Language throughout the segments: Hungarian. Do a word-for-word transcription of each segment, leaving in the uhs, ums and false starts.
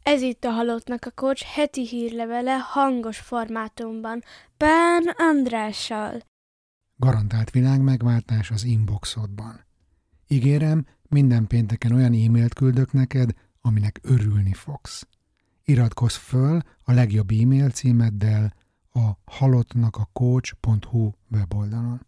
Ez itt a Halottnak a Coach heti hírlevele hangos formátumban, Pán Andrással. Garantált világmegváltás az inboxodban. Ígérem, minden pénteken olyan e-mailt küldök neked, aminek örülni fogsz. Iratkozz föl a legjobb e-mail címeddel a halottnakacoach pont hu weboldalon.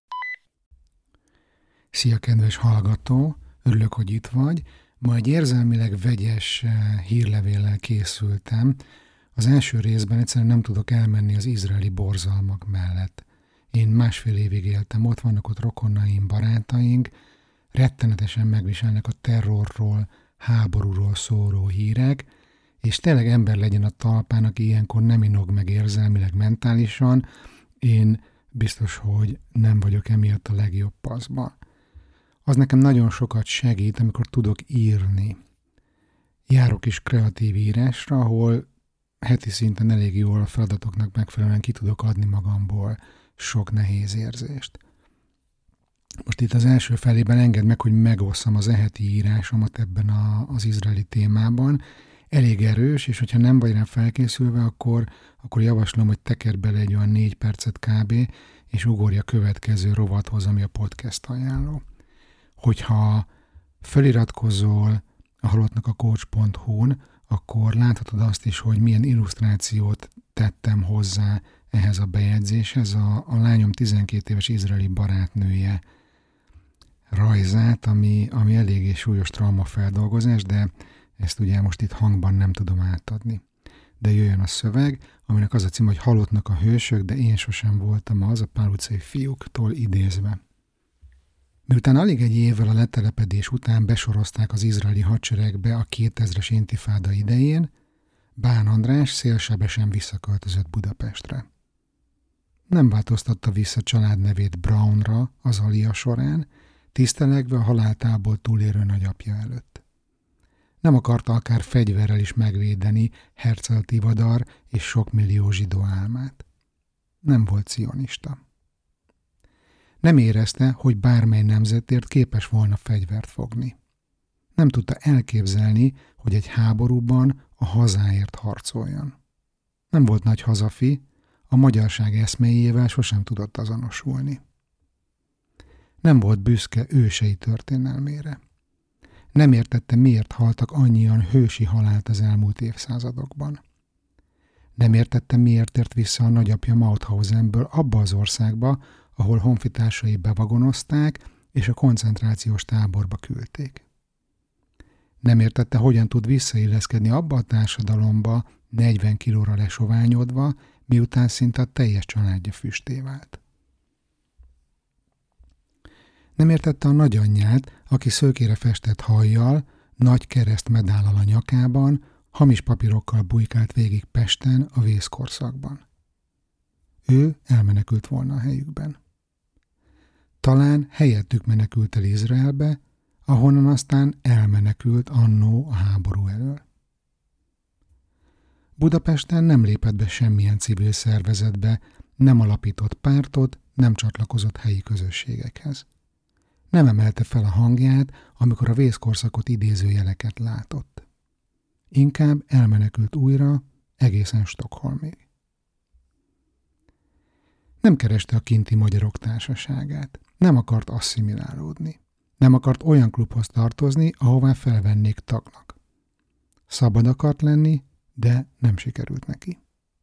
Szia, kedves hallgató! Örülök, hogy itt vagy. Ma egy érzelmileg vegyes hírlevéllel készültem. Az első részben egyszerűen nem tudok elmenni az izraeli borzalmak mellett. Én másfél évig éltem, ott vannak ott rokonaim, barátaink, rettenetesen megviselnek a terrorról, háborúról szóló hírek, és tényleg ember legyen a talpán, aki ilyenkor nem inog meg érzelmileg, mentálisan. Én biztos, hogy nem vagyok emiatt a legjobb paszban. Az nekem nagyon sokat segít, amikor tudok írni. Járok is kreatív írásra, ahol heti szinten elég jól a feladatoknak megfelelően ki tudok adni magamból sok nehéz érzést. Most itt az első felében engedd meg, hogy megosszam az eheti írásomat ebben a, az izraeli témában. Elég erős, és hogyha nem vagy rá felkészülve, akkor, akkor javaslom, hogy tekerd bele egy olyan négy percet kb. És ugorj a következő rovathoz, ami a podcast ajánló. Hogyha feliratkozol a halottnakacoach pont hu-n, akkor láthatod azt is, hogy milyen illusztrációt tettem hozzá ehhez a bejegyzéshez. A, a lányom tizenkét éves izraeli barátnője rajzát, ami, ami eléggé súlyos traumafeldolgozás, de ezt ugye most itt hangban nem tudom átadni. De jöjjön a szöveg, aminek az a cím, hogy Halottnak a hősök, de én sosem voltam az, a Pál utcai fiúktól idézve. Miután alig egy évvel a letelepedés után besorozták az izraeli hadseregbe a kétezres intifáda idején, Bán András szélsebesen visszaköltözött Budapestre. Nem változtatta vissza családnevét Brownra az alia során, tisztelegve a haláltából túlélő nagyapja előtt. Nem akarta akár fegyverrel is megvédeni Herzl Tivadar és sok millió zsidó álmát. Nem volt cionista. Nem érezte, hogy bármely nemzetért képes volna fegyvert fogni. Nem tudta elképzelni, hogy egy háborúban a hazáért harcoljon. Nem volt nagy hazafi, a magyarság eszméjével sosem tudott azonosulni. Nem volt büszke ősei történelmére. Nem értette, miért haltak annyian hősi halált az elmúlt évszázadokban. Nem értette, miért tért vissza a nagyapja Mauthausenből abba az országba, ahol honfitársai bevagonozták, és a koncentrációs táborba küldték. Nem értette, hogyan tud visszailleszkedni abba a társadalomba, negyven kilóra lesoványodva, miután szinte a teljes családja füstté vált. Nem értette a nagyanyját, aki szőkére festett hajjal, nagy kereszt medállal a nyakában, hamis papírokkal bujkált végig Pesten a vészkorszakban. Ő elmenekült volna a helyükben. Talán helyettük menekült el Izraelbe, ahonnan aztán elmenekült annó a háború elől. Budapesten nem lépett be semmilyen civil szervezetbe, nem alapított pártot, nem csatlakozott helyi közösségekhez. Nem emelte fel a hangját, amikor a vészkorszakot idéző jeleket látott. Inkább elmenekült újra, egészen Stockholmig. Nem kereste a kinti magyarok társaságát, nem akart asszimilálódni, nem akart olyan klubhoz tartozni, ahová felvennék tagnak. Szabad akart lenni, de nem sikerült neki.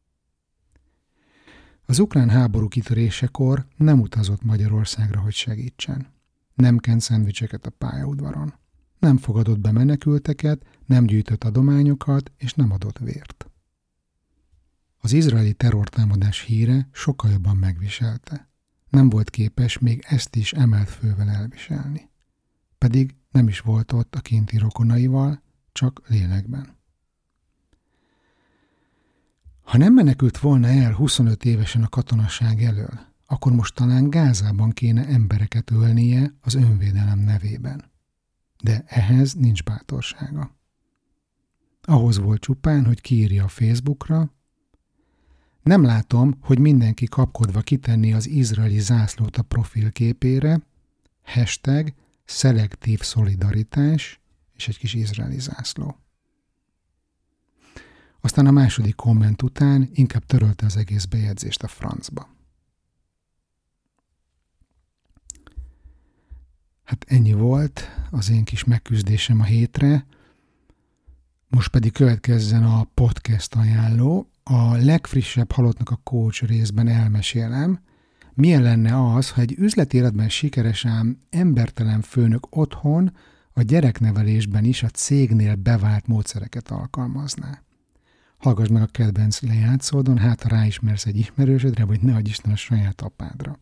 Az ukrán háború kitörésekor nem utazott Magyarországra, hogy segítsen. Nem kent szendvicseket a pályaudvaron. Nem fogadott be menekülteket, nem gyűjtött adományokat, és nem adott vért. Az izraeli terrortámadás híre sokkal jobban megviselte. Nem volt képes még ezt is emelt fővel elviselni. Pedig nem is volt ott a kinti rokonaival, csak lélekben. Ha nem menekült volna el huszonöt évesen a katonaság elől, akkor most talán Gázában kéne embereket ölnie az önvédelem nevében. De ehhez nincs bátorsága. Ahhoz volt csupán, hogy kiírja a Facebookra: nem látom, hogy mindenki kapkodva kitenni az izraeli zászlót a profilképére, hashtag szelektív szolidaritás és egy kis izraeli zászló. Aztán a második komment után inkább törölte az egész bejegyzést a francba. Hát ennyi volt az én kis megküzdésem a hétre. Most pedig következzen a podcast ajánló. A legfrissebb Halottnak a coach részben elmesélem, milyen lenne az, ha egy üzleti életben sikeres ám embertelen főnök otthon a gyereknevelésben is a cégnél bevált módszereket alkalmazná. Hallgass meg a kedvenc lejátszódon, hát ha ráismersz egy ismerősödre, vagy ne adj Isten a saját apádra.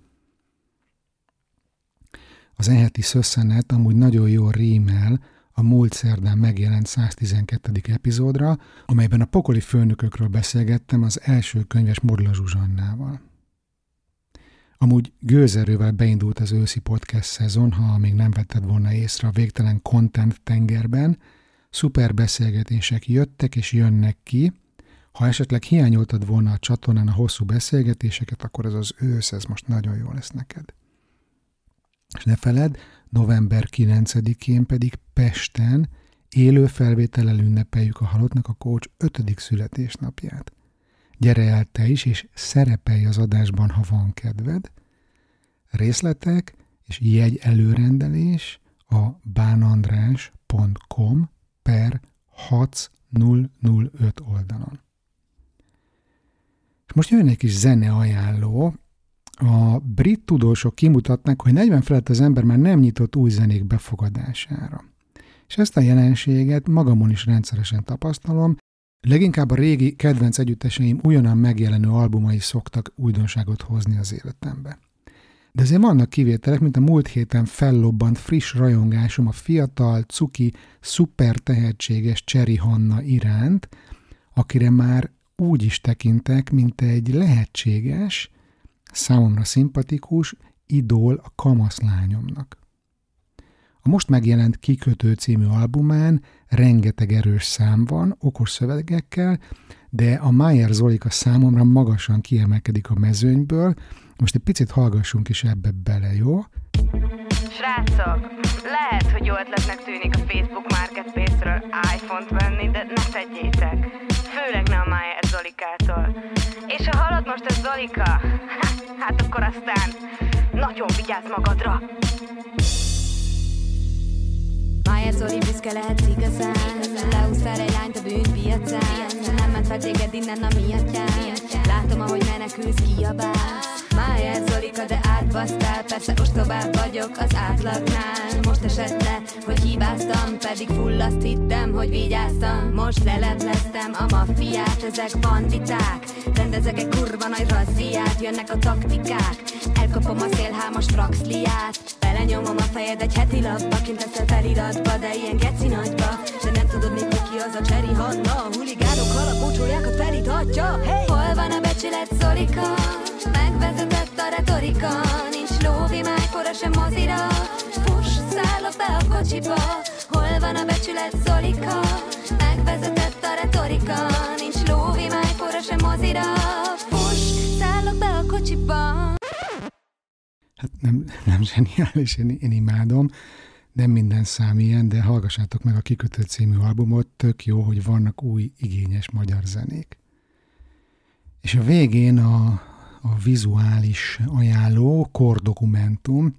Az eheti szösszenet amúgy nagyon jól rímel a múlt szerdán megjelent száztizenkettedik epizódra, amelyben a pokoli főnökökről beszélgettem az első könyves Modla Zsuzsannával. Amúgy gőzerővel beindult az őszi podcast szezon, ha még nem vetted volna észre a végtelen content tengerben, szuper beszélgetések jöttek és jönnek ki. Ha esetleg hiányoltad volna a csatornán a hosszú beszélgetéseket, akkor ez az ősz, ez most nagyon jó lesz neked. És ne feledd, november kilencedikén pedig Pesten élő felvétellel ünnepeljük a Halottnak a coach ötödik születésnapját. Gyere el te is, és szerepelj az adásban, ha van kedved. Részletek és jegy előrendelés a bánandrás pont com per hatszázöt oldalon. És most jön egy kis zene ajánló. A brit tudósok kimutatnak, hogy negyven felett az ember már nem nyitott új zenék befogadására. És ezt a jelenséget magamon is rendszeresen tapasztalom, leginkább a régi kedvenc együtteseim ugyanan megjelenő albumai szoktak újdonságot hozni az életembe. De azért vannak kivételek, mint a múlt héten fellobbant friss rajongásom a fiatal, cuki, szuper tehetséges Cseri Hanna iránt, akire már úgy is tekintek, mint egy lehetséges, számomra szimpatikus idól a kamaszlányomnak. A most megjelent Kikötő című albumán rengeteg erős szám van, okos szövegekkel, de a Májer Zolika számomra magasan kiemelkedik a mezőnyből. Most egy picit hallgassunk is ebbe bele, jó? Srácok, lehet, hogy jó ötletnek tűnik a Facebook Marketplace-ről iPhone-t venni, de ne tegyétek. Főleg ne a Májer Zolikától. És ha hallod most a Zolika, hát akkor aztán nagyon vigyázz magadra! Májer Zoli büszke lehetsz igazán, lehúztál egy lányt a bűnpiacán, nem ment fel téged innen a miattján, látom, ahogy menekülsz, kiabálsz. Májer Zolika, de átbasztál, persze ostobább vagyok az átlagnál. Most esett le, hogy hibáztam, pedig full azt hittem, hogy vigyáztam. Most lelepleztem a maffiát, ezek banditák, rendezek egy kurva nagy razziát, jönnek a taktikák, elkapom a szélhámos fraxliát, belenyomom a fejed egy heti lapba, kint leszel feliratba, de ilyen geci nagyba, de nem tudod még, hogy ki az a Cseri Hanna, a huligánok halakócsolják a feliratja. Hey! Hol van a becsület, Zolika? Megvezetett a retorika, nincs lóvi, májkora sem mozira, fuss, szállok be a kocsiba. Hol van a becsület, Zolika? Megvezetett a retorika, nincs lóvi, májkora sem mozira, fuss, szállok be a kocsiba. Hát nem, nem zseniális, én, én imádom, nem minden szám ilyen, de hallgassátok meg a Kikötő című albumot, tök jó, hogy vannak új, igényes magyar zenék. És a végén a, a vizuális ajánló, kordokumentum.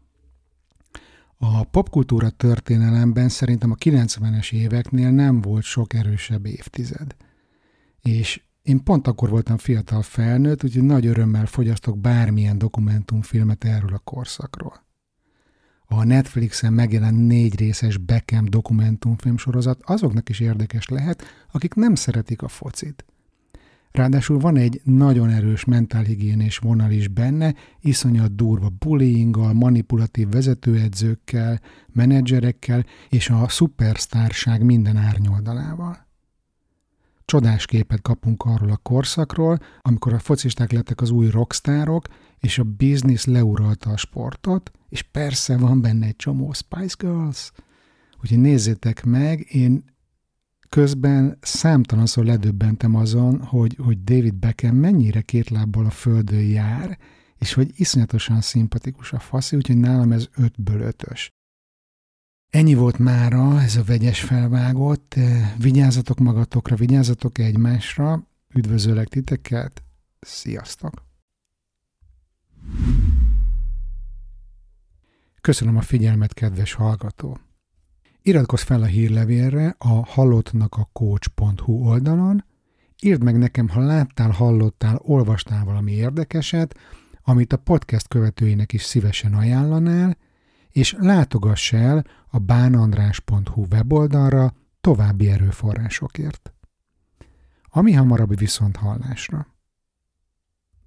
A popkultúra történelemben szerintem a kilencvenes éveknél nem volt sok erősebb évtized. És én pont akkor voltam fiatal felnőtt, úgyhogy nagy örömmel fogyasztok bármilyen dokumentumfilmet erről a korszakról. A Netflixen megjelent négy részes Beckham dokumentumfilm sorozat azoknak is érdekes lehet, akik nem szeretik a focit. Ráadásul van egy nagyon erős mentálhigiénés vonal is benne, iszonyat durva bullyinggal, manipulatív vezetőedzőkkel, menedzserekkel és a szupersztárság minden árnyoldalával. Csodás képet kapunk arról a korszakról, amikor a focisták lettek az új rockstárok, és a biznisz leuralta a sportot, és persze van benne egy csomó Spice Girls. Úgyhogy nézzétek meg, én közben számtalanszor ledöbbentem azon, hogy, hogy David Beckham mennyire két lábbal a földön jár, és hogy iszonyatosan szimpatikus a faszi, úgyhogy nálam ez ötből ötös. Ennyi volt mára ez a vegyes felvágott. Vigyázzatok magatokra, vigyázzatok egymásra. Üdvözöllek titeket. Sziasztok! Köszönöm a figyelmet, kedves hallgató! Iratkozz fel a hírlevélre a hallottnak a coach pont hu oldalon, írd meg nekem, ha láttál, hallottál, olvastál valami érdekeset, amit a podcast követőinek is szívesen ajánlanál, és látogass el a bánandrás pont hu weboldalra további erőforrásokért. Ami hamarabb viszont hallásra.